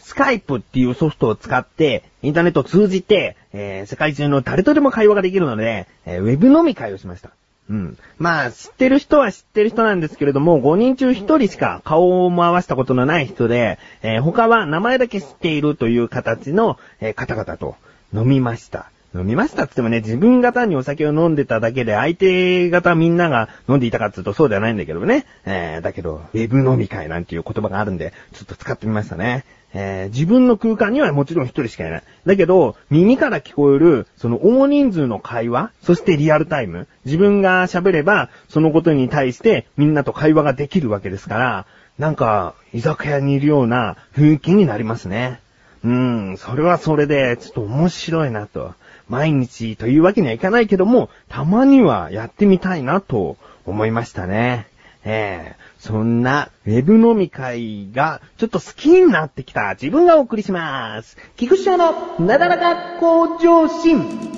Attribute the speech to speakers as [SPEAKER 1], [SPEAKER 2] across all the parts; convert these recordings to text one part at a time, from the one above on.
[SPEAKER 1] スカイプっていうソフトを使って、インターネットを通じて、世界中の誰とでも会話ができるので、ウェブ飲み会をしました。まあ、知ってる人は知ってる人なんですけれども、5人中1人しか顔を合わせたことのない人で、他は名前だけ知っているという形の、方々と飲みました。飲みましたって言ってもね、自分が単にお酒を飲んでただけで、相手方みんなが飲んでいたかって言うとそうではないんだけどね。だけど、ウェブ飲み会なんていう言葉があるんで、ちょっと使ってみましたね。自分の空間にはもちろん一人しかいない。だけど、耳から聞こえる、その大人数の会話、そしてリアルタイム。自分が喋れば、そのことに対してみんなと会話ができるわけですから、なんか、居酒屋にいるような雰囲気になりますね。それはそれで、ちょっと面白いなと。毎日というわけにはいかないけども、たまにはやってみたいなと思いましたね。そんなウェブ飲み会がちょっと好きになってきた自分がお送りします。菊池翔のなだらか向上心。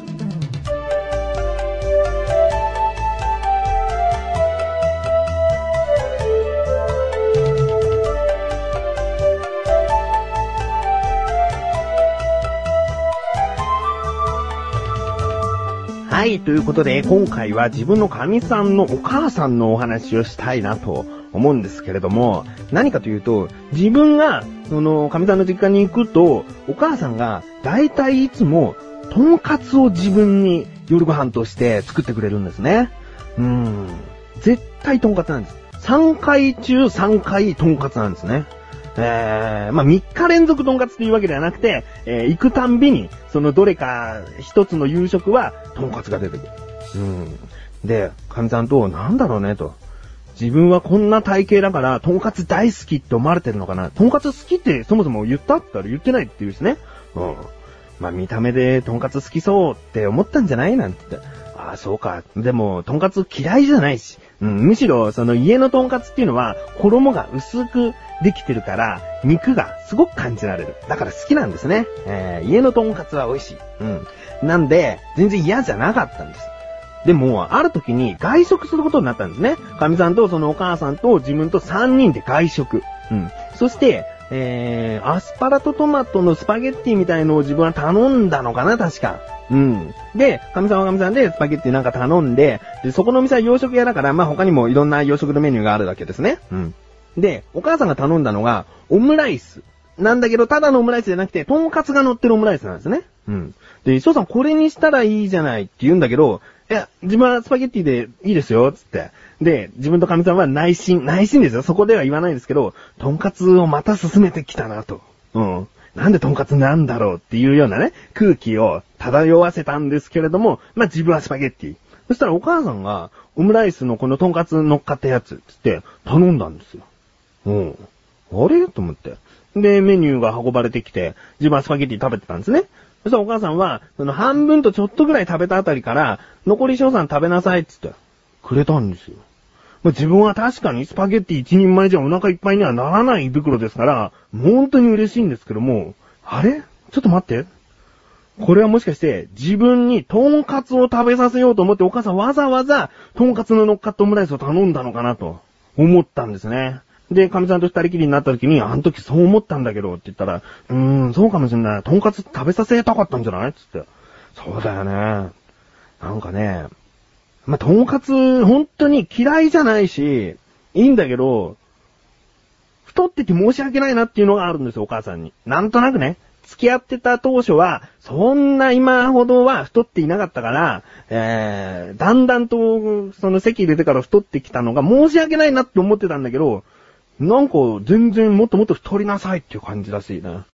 [SPEAKER 1] はい、ということで、今回は自分の神さんのお母さんのお話をしたいなと思うんですけれども、何かというと、自分が、神さんの実家に行くと、お母さんが、だいたいいつも、とんかつを自分に夜ご飯として作ってくれるんですね。絶対とんかつなんです。3回中3回とんかつなんですね。3日連続とんかつというわけではなくて、行くたんびに、そのどれか一つの夕食は、とんかつが出てくる。で、かみさんと、なんだろうね、と。自分はこんな体型だから、とんかつ大好きって思われてるのかな。とんかつ好きってそもそも言ったって言ったら言ってないって言うしね。見た目でとんかつ好きそうって思ったんじゃないなんて言って。ああ、そうか。でも、とんかつ嫌いじゃないし。むしろ、その家のとんかつっていうのは、衣が薄くできてるから、肉がすごく感じられる。だから好きなんですね。家のとんかつは美味しい。なんで、全然嫌じゃなかったんです。でも、ある時に外食することになったんですね。かみさんとそのお母さんと自分と3人で外食。そして、アスパラとトマトのスパゲッティみたいのを自分は頼んだのかな、確か。で、かみさんはかみさんでスパゲッティなんか頼んで、そこのお店は洋食屋だから、他にもいろんな洋食のメニューがあるわけですね。で、お母さんが頼んだのが、オムライス。なんだけど、ただのオムライスじゃなくて、とんかつが乗ってるオムライスなんですね。で、翔さんこれにしたらいいじゃないって言うんだけど、いや、自分はスパゲッティでいいですよ、つって。で、自分とかみさんは内心ですよ。そこでは言わないですけど、とんかつをまた進めてきたなと。なんでとんかつなんだろうっていうようなね、空気を漂わせたんですけれども、自分はスパゲッティ。そしたらお母さんが、オムライスのこのとんかつ乗っかったやつ、つって頼んだんですよ。あれと思って。で、メニューが運ばれてきて、自分はスパゲッティ食べてたんですね。そしたらお母さんは、その半分とちょっとぐらい食べたあたりから、残り翔さん食べなさいって言って、くれたんですよ。自分は確かにスパゲッティ一人前じゃお腹いっぱいにはならない胃袋ですから、本当に嬉しいんですけども、あれちょっと待って。これはもしかして、自分にトンカツを食べさせようと思ってお母さんわざわざ、トンカツの乗っかったオムライスを頼んだのかなと、思ったんですね。で、かみさんと二人きりになった時に、あの時そう思ったんだけどって言ったら、そうかもしれない。とんかつ食べさせたかったんじゃないつって。そうだよね。なんかね、とんかつ本当に嫌いじゃないし、いいんだけど、太ってて申し訳ないなっていうのがあるんですよ、お母さんに。なんとなくね、付き合ってた当初は、そんな今ほどは太っていなかったから、だんだんと、その席入れてから太ってきたのが申し訳ないなって思ってたんだけど、なんか全然もっともっと太りなさいっていう感じらしいな。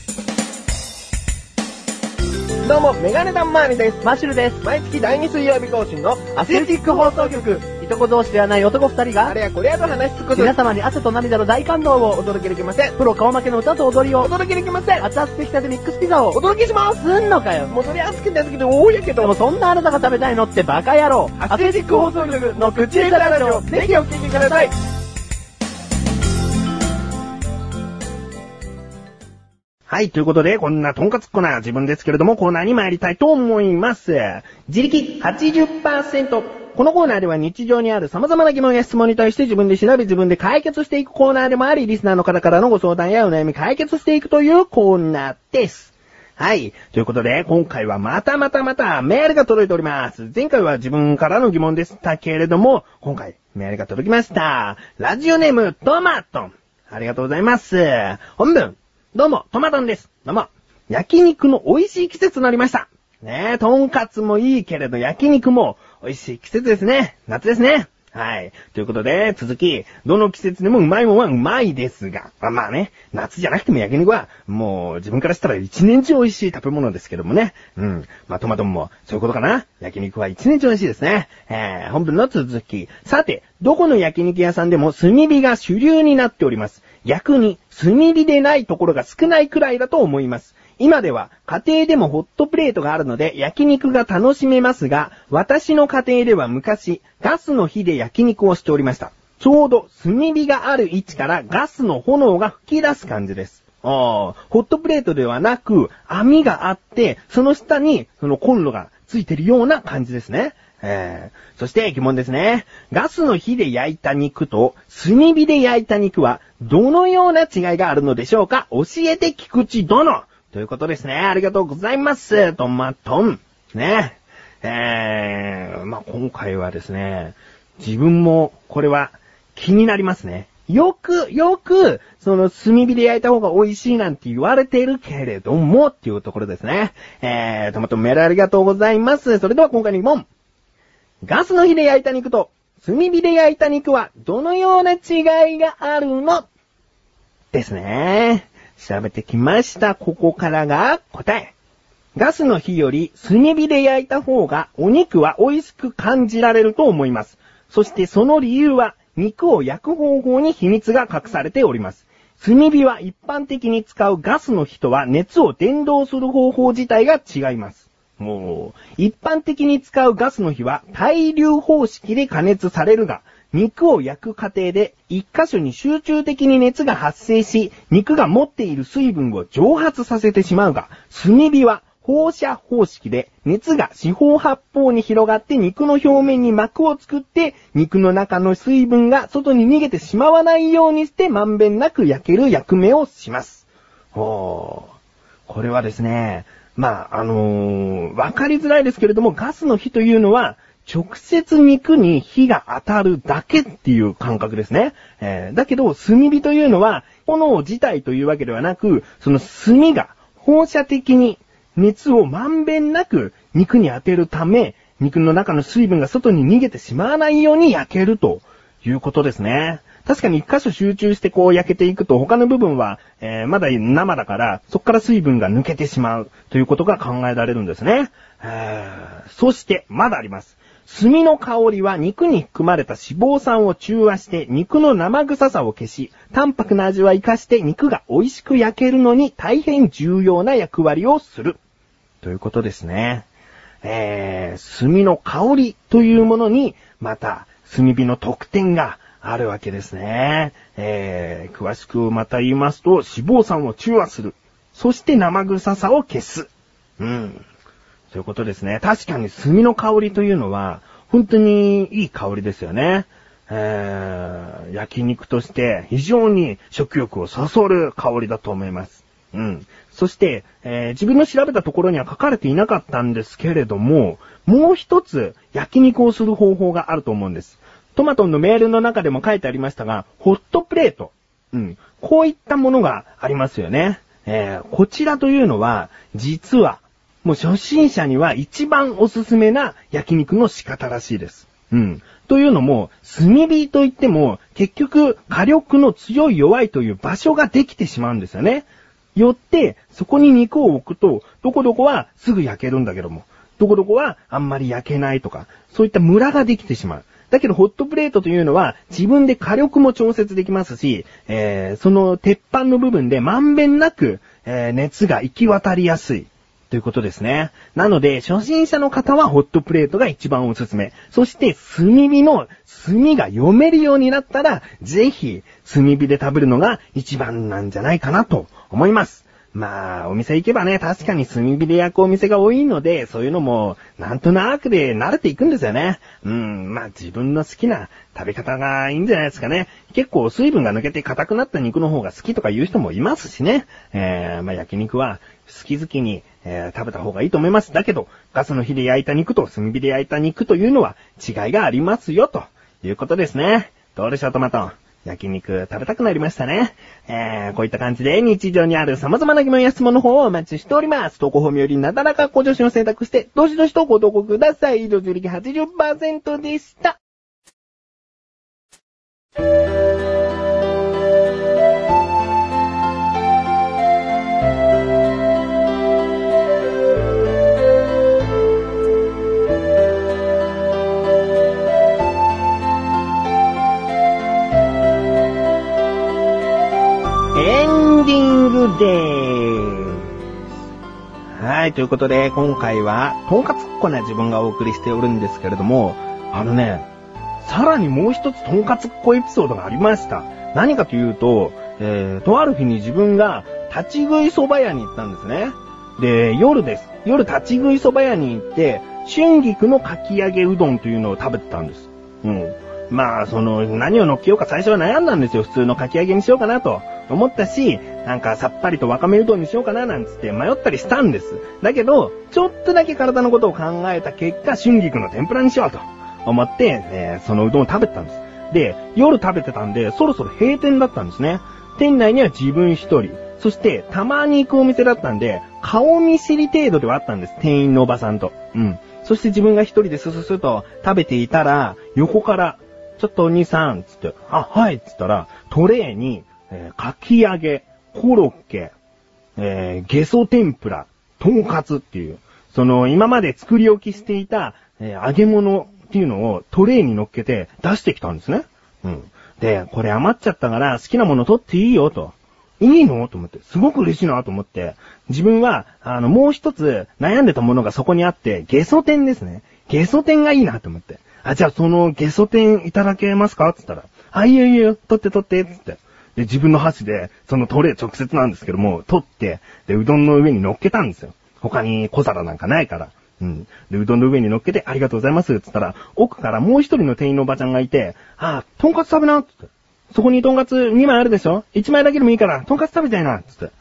[SPEAKER 1] どうも、メガネタンマーニです。
[SPEAKER 2] マッシュルです。
[SPEAKER 1] 毎月第2水曜日更新の
[SPEAKER 2] アスレチック放送局。いとこ同士ではない男二人が、
[SPEAKER 1] あれやこれやと話し尽くす。
[SPEAKER 2] 皆様に汗と涙の大感動を
[SPEAKER 1] お届けできません。
[SPEAKER 2] プロ顔負けの歌と踊りを
[SPEAKER 1] お届けできません。
[SPEAKER 2] 熱々できたてミックスピザを
[SPEAKER 1] お届けします。
[SPEAKER 2] すんのかよ。
[SPEAKER 1] もうそれ熱くて熱くて多いやけど。
[SPEAKER 2] でもそんなあなたが食べたいのってバカ野郎。
[SPEAKER 1] アスレチック放送局の口下手ラジオ、ぜひお聞きください。はい、ということで、こんなとんかつコーナー自分ですけれども、コーナーに参りたいと思います。自力 80%、 このコーナーでは日常にある様々な疑問や質問に対して自分で調べ自分で解決していくコーナーでもあり、リスナーの方からのご相談やお悩み解決していくというコーナーです。はい。ということで、今回はまたメールが届いております。前回は自分からの疑問でしたけれども、今回メールが届きました。ラジオネーム、トマトン。ありがとうございます。本文、どうも、トマトンです。どうも。焼肉の美味しい季節になりました。ねえ、とんかつもいいけれど焼肉も美味しい季節ですね。夏ですね。はい。ということで、続き、どの季節でもうまいもんはうまいですが、まあね、夏じゃなくても焼肉は、もう自分からしたら一年中美味しい食べ物ですけどもね。まあトマトもそういうことかな。焼肉は一年中美味しいですね。本文の続き。さて、どこの焼肉屋さんでも炭火が主流になっております。逆に、炭火でないところが少ないくらいだと思います。今では家庭でもホットプレートがあるので焼肉が楽しめますが、私の家庭では昔、ガスの火で焼肉をしておりました。ちょうど炭火がある位置からガスの炎が吹き出す感じです。ホットプレートではなく、網があって、その下にそのコンロがついてるような感じですね。そして疑問ですね。ガスの火で焼いた肉と炭火で焼いた肉はどのような違いがあるのでしょうか？教えて菊池殿。ということですね。ありがとうございます。トマトン。ね。まあ、今回はですね、自分もこれは気になりますね。よく、その炭火で焼いた方が美味しいなんて言われているけれども、っていうところですね。トマトンメールありがとうございます。それでは今回の疑問。ガスの火で焼いた肉と炭火で焼いた肉はどのような違いがあるの？ですね。調べてきました。ここからが答え。ガスの火より炭火で焼いた方がお肉は美味しく感じられると思います。そしてその理由は肉を焼く方法に秘密が隠されております。炭火は一般的に使うガスの火とは熱を伝導する方法自体が違います。一般的に使うガスの火は対流方式で加熱されるが、肉を焼く過程で一箇所に集中的に熱が発生し、肉が持っている水分を蒸発させてしまうが、炭火は放射方式で熱が四方八方に広がって肉の表面に膜を作って肉の中の水分が外に逃げてしまわないようにしてまんべんなく焼ける役目をします。これはですね、わかりづらいですけれども、ガスの火というのは直接肉に火が当たるだけっていう感覚ですね。だけど炭火というのは炎自体というわけではなく、その炭が放射的に熱をまんべんなく肉に当てるため、肉の中の水分が外に逃げてしまわないように焼けるということですね。確かに一箇所集中して焼けていくと他の部分は、まだ生だからそこから水分が抜けてしまうということが考えられるんですね。そしてまだあります。炭の香りは肉に含まれた脂肪酸を中和して肉の生臭さを消し、淡白な味は生かして肉が美味しく焼けるのに大変重要な役割をする。ということですね。炭の香りというものにまた炭火の特典があるわけですね。詳しくまた言いますと、脂肪酸を中和する。そして生臭さを消す。そういうことですね。確かに炭の香りというのは本当にいい香りですよね。焼肉として非常に食欲をそそる香りだと思います。そして、自分の調べたところには書かれていなかったんですけれども、もう一つ焼肉をする方法があると思うんです。トマトンのメールの中でも書いてありましたが、ホットプレート。こういったものがありますよね。こちらというのは、実は、もう初心者には一番おすすめな焼肉の仕方らしいです。というのも、炭火といっても、結局火力の強い弱いという場所ができてしまうんですよね。よって、そこに肉を置くと、どこどこはすぐ焼けるんだけども、どこどこはあんまり焼けないとか、そういったムラができてしまう。だけどホットプレートというのは自分で火力も調節できますし、その鉄板の部分でまんべんなく、熱が行き渡りやすいということですね。なので初心者の方はホットプレートが一番おすすめ。そして炭火の炭が読めるようになったらぜひ炭火で食べるのが一番なんじゃないかなと思います。 まあ、お店行けばね、確かに炭火で焼くお店が多いので、そういうのも、なんとなくで慣れていくんですよね。まあ自分の好きな食べ方がいいんじゃないですかね。結構水分が抜けて硬くなった肉の方が好きとか言う人もいますしね。まあ焼肉は好き好きに、食べた方がいいと思います。だけど、ガスの火で焼いた肉と炭火で焼いた肉というのは違いがありますよ、ということですね。どうでしょう、トマト。焼肉食べたくなりましたね。こういった感じで日常にある様々な疑問や質問の方をお待ちしております。投稿フォームよりなだらか向上心を選択して、どしどしとご投稿ください。上手力 80% でした。エンディングでーす。はい、ということで、今回は、とんかつっこな自分がお送りしておるんですけれども、さらにもう一つとんかつっこエピソードがありました。何かというと、とある日に自分が立ち食い蕎麦屋に行ったんですね。で、夜です。夜立ち食い蕎麦屋に行って、春菊のかき揚げうどんというのを食べてたんです。まあ、何を乗っけようか最初は悩んだんですよ。普通のかき揚げにしようかなと思ったし、なんかさっぱりとわかめうどんにしようかななんつって迷ったりしたんです。だけど、ちょっとだけ体のことを考えた結果、春菊の天ぷらにしようと思って、そのうどんを食べてたんです。で、夜食べてたんで、そろそろ閉店だったんですね。店内には自分一人、そしてたまに行くお店だったんで、顔見知り程度ではあったんです。店員のおばさんと。そして自分が一人でスススと食べていたら、横から、ちょっとお兄さん、つって、はい、つったら、トレーに、かき揚げ、コロッケ、ゲソ天ぷら、とんかつっていう、今まで作り置きしていた、揚げ物っていうのをトレーに乗っけて出してきたんですね。で、これ余っちゃったから好きなもの取っていいよと。いいのと思って、すごく嬉しいなと思って、自分は、もう一つ悩んでたものがそこにあって、ゲソ天ですね。ゲソ天がいいなと思って。じゃあそのゲソ天いただけますかつったら、いいよ、取って、つって。で、自分の箸で、そのトレー直接なんですけども、取って、で、うどんの上に乗っけたんですよ。他に小皿なんかないから。で、うどんの上に乗っけて、ありがとうございます、つったら、奥からもう一人の店員のおばちゃんがいて、とんかつ食べな、つって。そこにとんかつ2枚あるでしょ ?1 枚だけでもいいから、とんかつ食べたいな、つって。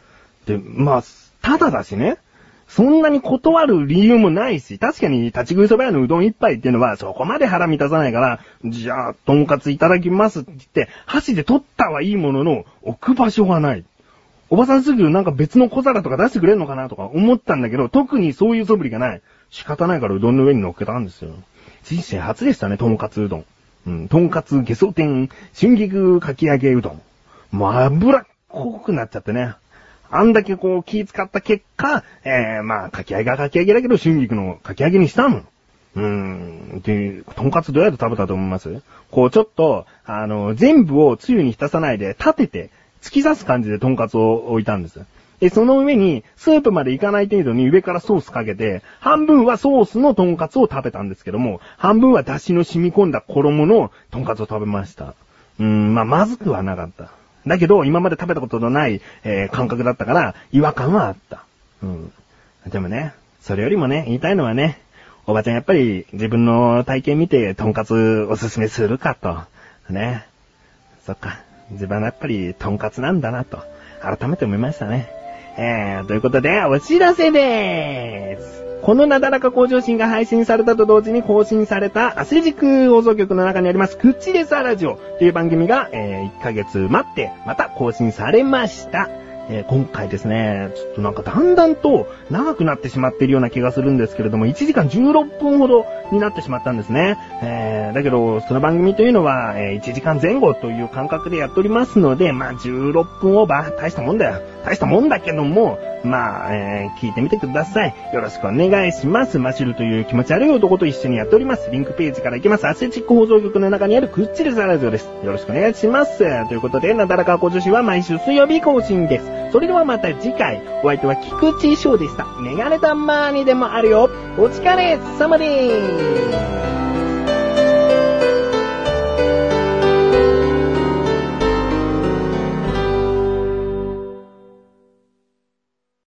[SPEAKER 1] で、まあ、ただだしね。そんなに断る理由もないし、確かに立ち食いそば屋のうどん一杯っていうのはそこまで腹満たさないから、じゃあ、とんかついただきますって言って、箸で取ったはいいものの、置く場所がない。おばさんすぐなんか別の小皿とか出してくれんのかなとか思ったんだけど、特にそういう素振りがない。仕方ないからうどんの上に乗っけたんですよ。人生初でしたね、とんかつうどん。とんかつゲソ天、春菊かき揚げうどん。もう脂っこくなっちゃってね。あんだけこう気使った結果、まあ、かき揚げはかき揚げだけど、春菊のかき揚げにしたの。で、とんかつどうやって食べたと思います？こうちょっと、全部をつゆに浸さないで、立てて、突き刺す感じでとんかつを置いたんです。で、その上に、スープまでいかない程度に上からソースかけて、半分はソースのとんかつを食べたんですけども、半分は出汁の染み込んだ衣のとんかつを食べました。まあ、まずくはなかった。だけど、今まで食べたことのない、感覚だったから、違和感はあった。でもね、それよりもね、言いたいのはね、おばちゃんやっぱり自分の体型見て、とんかつおすすめするかと。ね。そっか。自分はやっぱりとんかつなんだなと、改めて思いましたね。ということで、お知らせでーす。このなだらか向上心が配信されたと同時に更新された汗軸放送局の中にありますクッチレスラジオという番組が、1ヶ月待ってまた更新されました。今回ですね、ちょっとなんかだんだんと長くなってしまっているような気がするんですけれども、1時間16分ほどになってしまったんですね。だけど、その番組というのは、1時間前後という感覚でやっておりますので、まあ16分オーバー、大したもんだよ。大したもんだけども、まあ、聞いてみてください。よろしくお願いします。マシルという気持ち悪い男と一緒にやっております。リンクページから行きます。アスレチック放送局の中にあるクッチレスラジオです。よろしくお願いします。ということで、なだらか向上心は毎週水曜日更新です。それではまた次回、お相手は菊池翔でした。メガネたまーにでもあるよ。お疲れ様でーす。